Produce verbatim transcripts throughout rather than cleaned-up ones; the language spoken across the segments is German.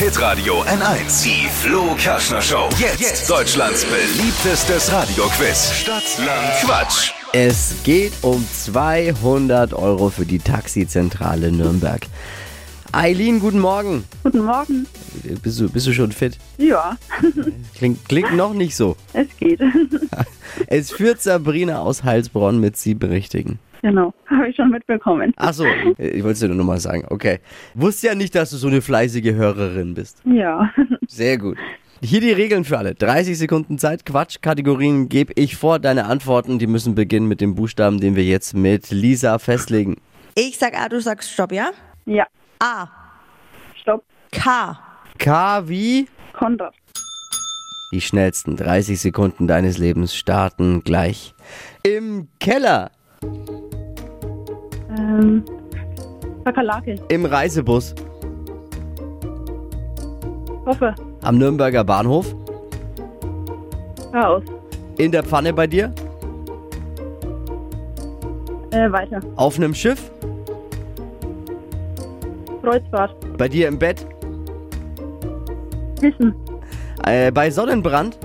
Hitradio N eins. Die Flo Kerschner Show. Jetzt, Deutschlands beliebtestes Radioquiz. Stadt, Land, Quatsch. Es geht um zweihundert Euro für die Taxizentrale Nürnberg. Eileen, guten Morgen. Guten Morgen. Bist du, bist du schon fit? Ja, Klingt, klingt noch nicht so. es geht. Es führt Sabrina aus Heilsbronn mit sieben Richtigen. Genau, habe ich schon mitbekommen. Ach so, ich wollte es dir nur noch mal sagen. Okay. Wusste ja nicht, dass du so eine fleißige Hörerin bist. Ja, Sehr gut. Hier die Regeln für alle. dreißig Sekunden Zeit. Quatschkategorien gebe ich vor. Deine Antworten, die müssen beginnen mit dem Buchstaben, den wir jetzt mit Lisa festlegen. Ich sag A, du sagst Stopp, ja? ja, A. stopp, K. K wie? Konrad. Die schnellsten dreißig Sekunden deines Lebens starten gleich. Im Keller. Ähm, Kakerlake, Im Reisebus. Hoffe, Am Nürnberger Bahnhof. Chaos, In der Pfanne bei dir. äh, weiter, Auf einem Schiff. Kreuzfahrt, Bei dir im Bett. Wissen, Äh, bei Sonnenbrand.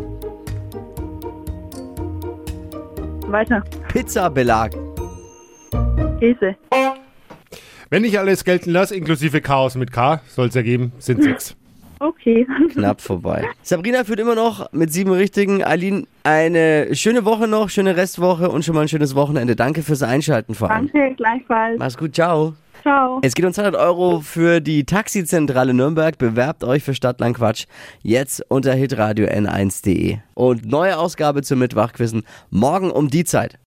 weiter, Pizzabelag. Käse, Wenn ich alles gelten lasse, inklusive Chaos mit K, soll es ergeben, sind sechs. okay, Knapp vorbei. Sabrina führt immer noch mit sieben Richtigen. Eileen, eine schöne Woche noch, schöne Restwoche und schon mal ein schönes Wochenende. Danke fürs Einschalten vor allem. danke, gleichfalls, Mach's gut, ciao. ciao. Es geht um zweihundert Euro für die Taxizentrale Nürnberg. Bewerbt euch für Stadtland Quatsch jetzt unter hitradio n eins punkt de. Und neue Ausgabe zum Mittwochquissen morgen um die Zeit.